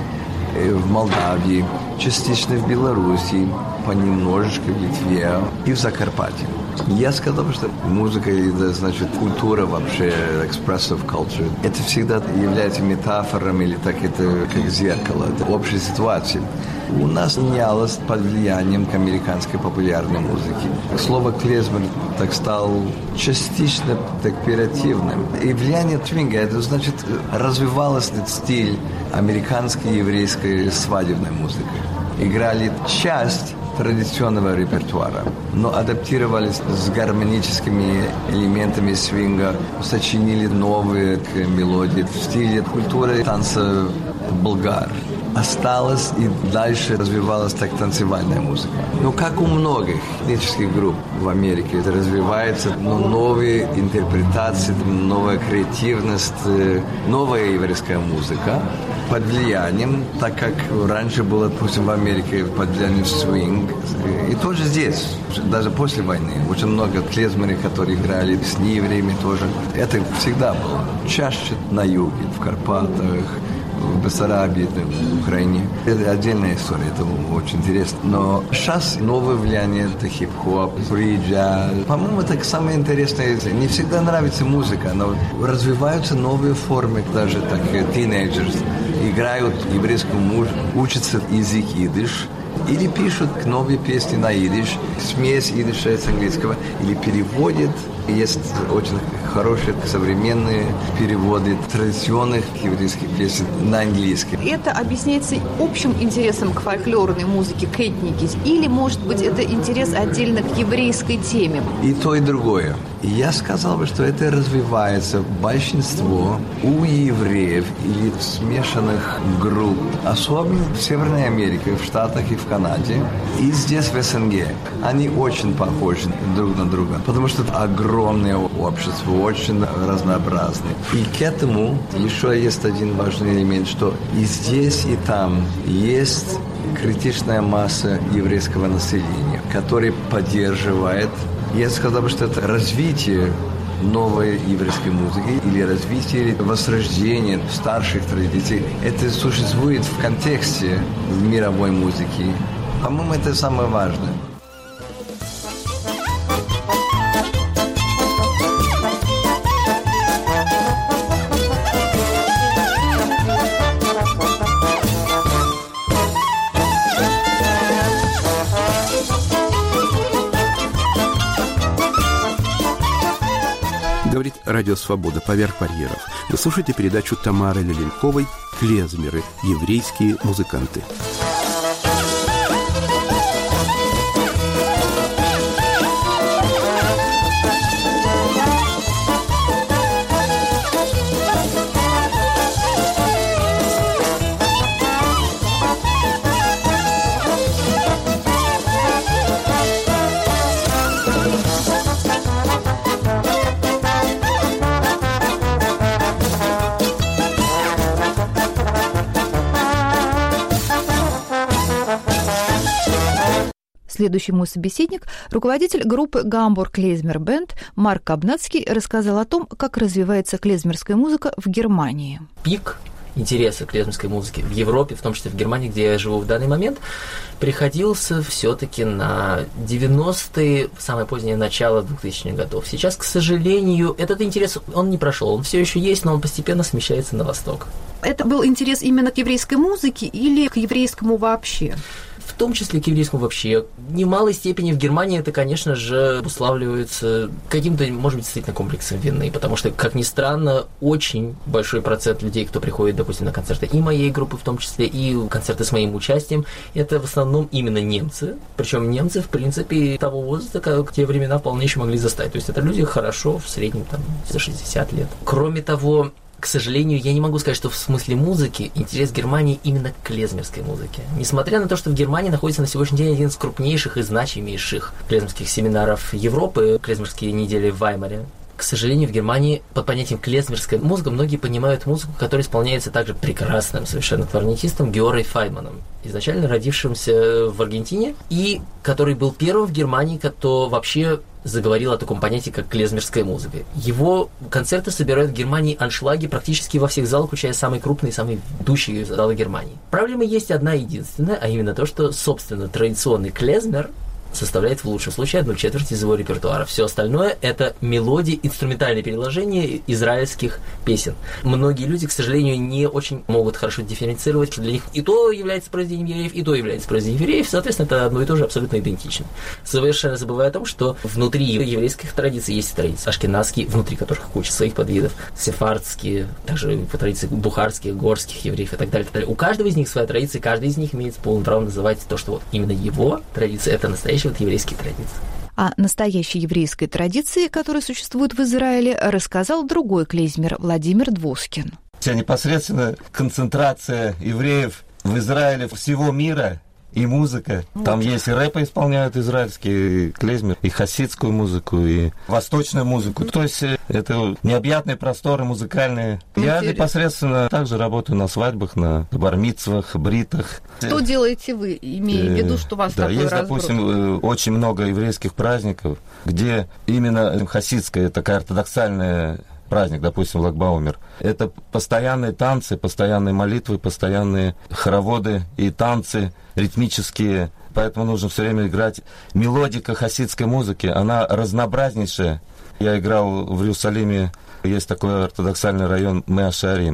в Молдавии, частично в Беларуси, понемножечку в Литве и в Закарпатье. Я сказал, что музыка, это значит культура вообще, expressive culture, это всегда является метафором или так это как зеркало, это общая ситуация. У нас менялось под влиянием американской популярной музыки. Слово «клезмер» так стал частично так оперативным. И влияние твинга, это значит, развивалась этот стиль американской еврейской свадебной музыки. Играли часть традиционного репертуара, но адаптировались с гармоническими элементами свинга, сочинили новые мелодии в стиле культуры танца болгар. Осталась и дальше развивалась так танцевальная музыка. Но как у многих этнических групп в Америке, это развивается новые интерпретации, новая креативность, новая еврейская музыка под влиянием, так как раньше было, допустим, в Америке под влиянием свинг. И тоже здесь, даже после войны, очень много клезмеров, которые играли с неевреями тоже. Это всегда было. Чаще на юге, в Карпатах, в Бессарабии, в Украине. Это отдельная история, это очень интересно. Но сейчас новое влияние, это хип-хоп, фри-джаз. По-моему, это самое интересное. Не всегда нравится музыка, но развиваются новые формы, даже так, тинейджеры играют еврейскую музыку, учатся язык идиш, или пишут новые песни на идиш, смесь идиша с английского, или переводят. Есть очень хорошие современные переводы традиционных еврейских песен на английский. Это объясняется общим интересом к фольклорной музыке, к этнике, или, может быть, это интерес отдельно к еврейской теме? И то, и другое. Я сказал бы, что это развивается большинство у евреев или смешанных групп, особенно в Северной Америке, в Штатах и в Канаде, и здесь в СНГ. Они очень похожи друг на друга, потому что это огромное общество, очень разнообразное. И к этому еще есть один важный элемент, что и здесь, и там есть критичная масса еврейского населения, которая поддерживает. Я сказал бы, что это развитие новой еврейской музыки или развитие, или возрождение старших традиций. Это существует в контексте мировой музыки. По-моему, это самое важное. Говорит Радио Свобода «Поверх барьеров». Вы слушаете передачу Тамары Леленковой «Клезмеры. Еврейские музыканты». Следующий мой собеседник, руководитель группы «Гамбург Клезмер Бенд» Марк Кабнацкий, рассказал о том, как развивается клезмерская музыка в Германии. Пик интереса к клезмерской музыке в Европе, в том числе в Германии, где я живу в данный момент, приходился все-таки на 90-е, самое позднее начало 2000-х годов. Сейчас, к сожалению, этот интерес, он не прошел, он все еще есть, но он постепенно смещается на восток. Это был интерес именно к еврейской музыке или к еврейскому вообще? В том числе к еврейскому вообще. В немалой степени в Германии это, конечно же, обуславливается каким-то, может быть, действительно комплексом вины, потому что, как ни странно, очень большой процент людей, кто приходит, допустим, на концерты и моей группы в том числе, и концерты с моим участием, это в основном именно немцы. Причем немцы, в принципе, того возраста, как в те времена вполне еще могли застать. То есть это люди хорошо, в среднем, там, за 60 лет. Кроме того, к сожалению, я не могу сказать, что в смысле музыки интерес Германии именно к клезмерской музыке. Несмотря на то, что в Германии находится на сегодняшний день один из крупнейших и значимейших клезмерских семинаров Европы, клезмерские недели в Ваймаре, к сожалению, в Германии под понятием клезмерская музыка многие понимают музыку, которая исполняется также прекрасным совершенно кларнетистом Георгом Файнманом, изначально родившимся в Аргентине, и который был первым в Германии, кто вообще заговорил о таком понятии, как клезмерская музыка. Его концерты собирают в Германии аншлаги практически во всех залах, включая самые крупные, самые ведущие залы Германии. Проблема есть одна единственная, а именно то, что, собственно, традиционный клезмер составляет в лучшем случае 1/4 из его репертуара. Все остальное – это мелодии, инструментальные переложения израильских песен. Многие люди, к сожалению, не очень могут хорошо дифференцировать, что для них и то является произведением евреев, и то является произведением евреев. Соответственно, это одно и то же абсолютно идентично. Совершенно забывая о том, что внутри еврейских традиций есть традиции ашкеназские, внутри которых куча своих подвидов, сефардские, также по традиции бухарских, горских евреев и так далее, так далее. У каждого из них своя традиция, каждый из них имеет полное право называть то, что вот именно его традиция – это настоящая вот еврейские традиции. О настоящей еврейской традиции, которая существует в Израиле, рассказал другой клезмер Владимир Двоскин. Вся непосредственно концентрация евреев в Израиле всего мира и музыка. Там есть и рэпы исполняют израильские, и клезмер, и хасидскую музыку, и восточную музыку. То есть это необъятные просторы музыкальные. Я непосредственно также работаю на свадьбах, на бар-мицвах, бритах. Что делаете вы, имея в виду, что у вас такой есть, разброс? допустим, очень много еврейских праздников, где именно хасидская, такая ортодоксальная праздник, допустим, Лагбаумер. Это постоянные танцы, постоянные молитвы, постоянные хороводы и танцы ритмические. Поэтому нужно все время играть. Мелодика хасидской музыки, она разнообразнейшая. Я играл в Иерусалиме, есть такой ортодоксальный район Меа-Шаарим.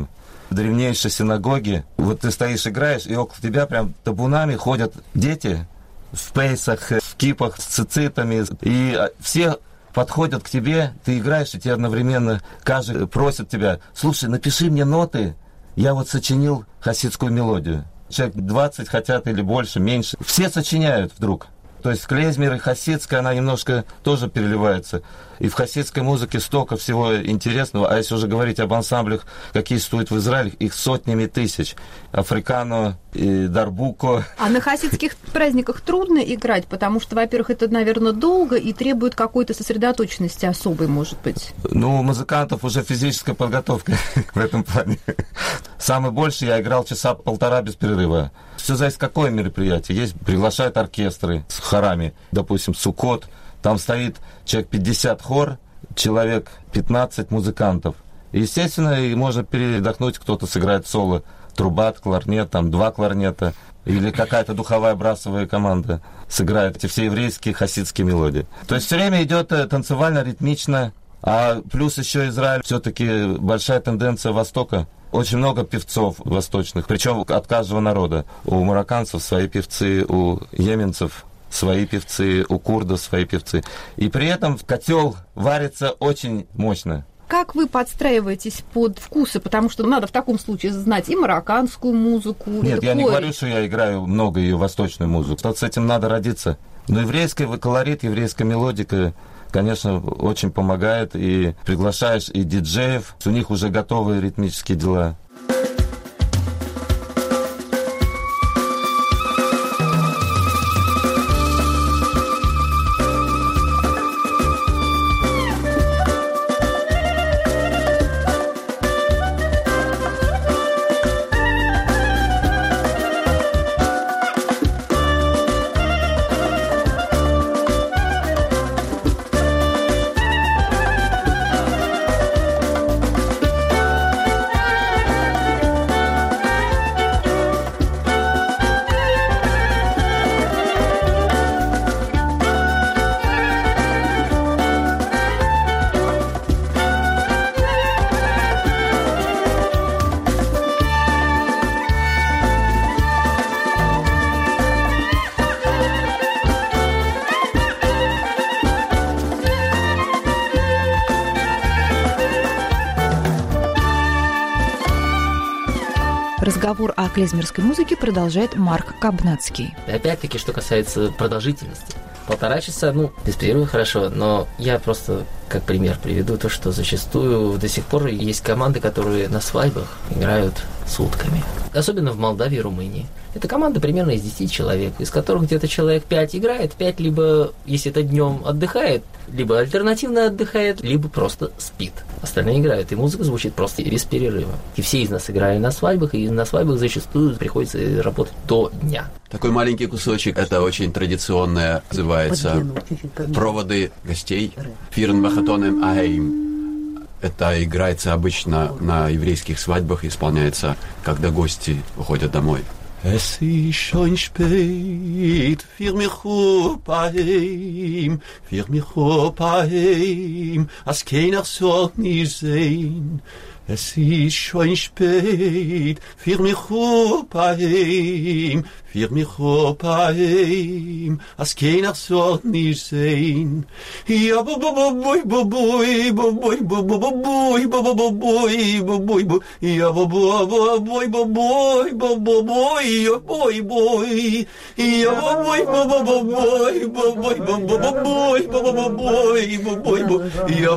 в древнейшей синагоге. Вот ты стоишь, играешь, и около тебя прям табунами ходят дети в пейсах, в кипах с цицитами. И все подходят к тебе, ты играешь, и тебе одновременно каждый просит тебя: слушай, напиши мне ноты, я вот сочинил хасидскую мелодию. Человек 20 хотят или больше, меньше. Все сочиняют вдруг. То есть клезмер и хасидская, она немножко тоже переливается. И в хасидской музыке столько всего интересного. А если уже говорить об ансамблях, какие существуют в Израиле, их сотнями тысяч. Африкано, и Дарбуко. А на хасидских праздниках трудно играть, потому что, во-первых, это, наверное, долго и требует какой-то сосредоточенности особой, может быть. Ну, у музыкантов уже физическая подготовка в этом плане. Самый больший я играл часа полтора без перерыва. Все зависит, какое мероприятие. Есть, приглашают оркестры с хорами. Допустим, Суккот. Там стоит человек 50 хор, человек 15 музыкантов. И, естественно, и можно передохнуть, кто-то сыграет соло, труба, кларнет, там 2 кларнета. Или какая-то духовая брасовая команда сыграет эти все еврейские хасидские мелодии. То есть все время идет танцевально, ритмично. А плюс еще Израиль, все-таки большая тенденция Востока. Очень много певцов восточных, причем от каждого народа. У марокканцев свои певцы, у йеменцев свои певцы, у курдов свои певцы. И при этом котел варится очень мощно. Как вы подстраиваетесь под вкусы? Потому что надо в таком случае знать и марокканскую музыку. Нет, я не говорю, что я играю много ее восточную музыку. Вот с этим надо родиться. Но еврейский колорит, еврейская мелодика, конечно, очень помогает. И приглашаешь и диджеев, у них уже готовые ритмические дела. Разговор о клезмерской музыке продолжает Марк Кабнацкий. Опять-таки, что касается продолжительности. 1,5 часа, без перерыва хорошо, но я просто как пример приведу то, что зачастую до сих пор есть команды, которые на свадьбах играют сутками. Особенно в Молдавии и Румынии. Это команда примерно из 10 человек, из которых где-то человек 5 играет, 5 либо, если это днем, отдыхает, либо альтернативно отдыхает, либо просто спит. Остальные играют, и музыка звучит просто без перерыва. И все из нас играли на свадьбах, и на свадьбах зачастую приходится работать до дня. Такой маленький кусочек, это очень традиционное, называется «Проводы гостей». «Фирн махатонем аэйм». Это играется обычно на еврейских свадьбах, исполняется, когда гости уходят домой. Es ist schon spät, für mich heim, als keiner soll nicht sehen. Es ist schon spät, für mich heim, als keiner soll nicht sehen. Ja, boi, boi, boi, boi, boi, boi, boi, boi, boi, boi, ja, boi, boi, boi, boi, boi, boi, boi, ja, boi, boi, boi, boi, boi, boi, ja,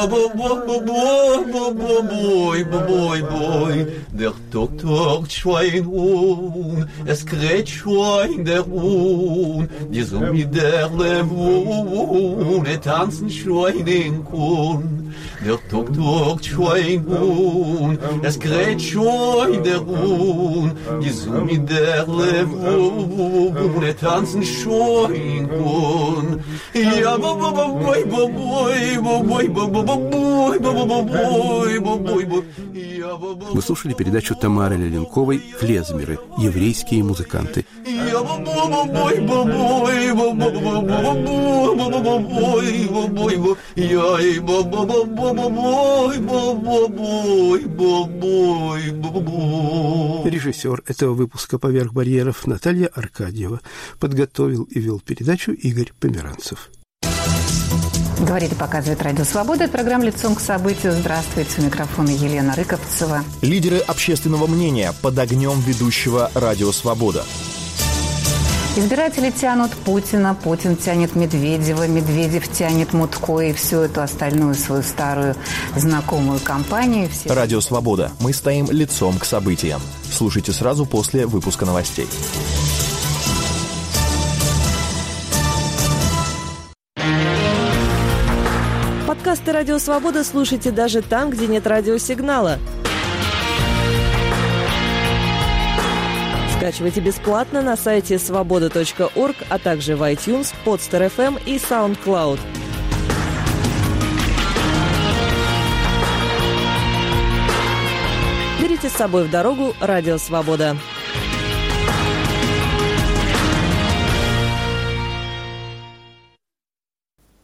boi, der Doktor schwein un, es kret schwein der un, die so mit der Levun, tanzen schwein in kun, der Doktor schwein un, es kret schwein der un, die so mit der Levun, tanzen schwein in kun, ja, boi, boi, boi, boi, boi, boi. Вы слушали передачу Тамары Леленковой «Клезмеры. Еврейские музыканты». Режиссер этого выпуска «Поверх барьеров» Наталья Аркадьева. Подготовил и вел передачу Игорь Померанцев. Говорит и показывает Радио Свобода. Это программа «Лицом к событию». Здравствуйте. У микрофона Елена Рыковцева. Лидеры общественного мнения под огнем ведущего Радио Свобода. Избиратели тянут Путина, Путин тянет Медведева, Медведев тянет Мутко и всю эту остальную свою старую знакомую компанию. Радио Свобода. Мы стоим лицом к событиям. Слушайте сразу после выпуска новостей. Подкасты «Радио Свобода» слушайте даже там, где нет радиосигнала. Скачивайте бесплатно на сайте svoboda.org, а также в iTunes, Podster FM и SoundCloud. Берите с собой в дорогу «Радио Свобода».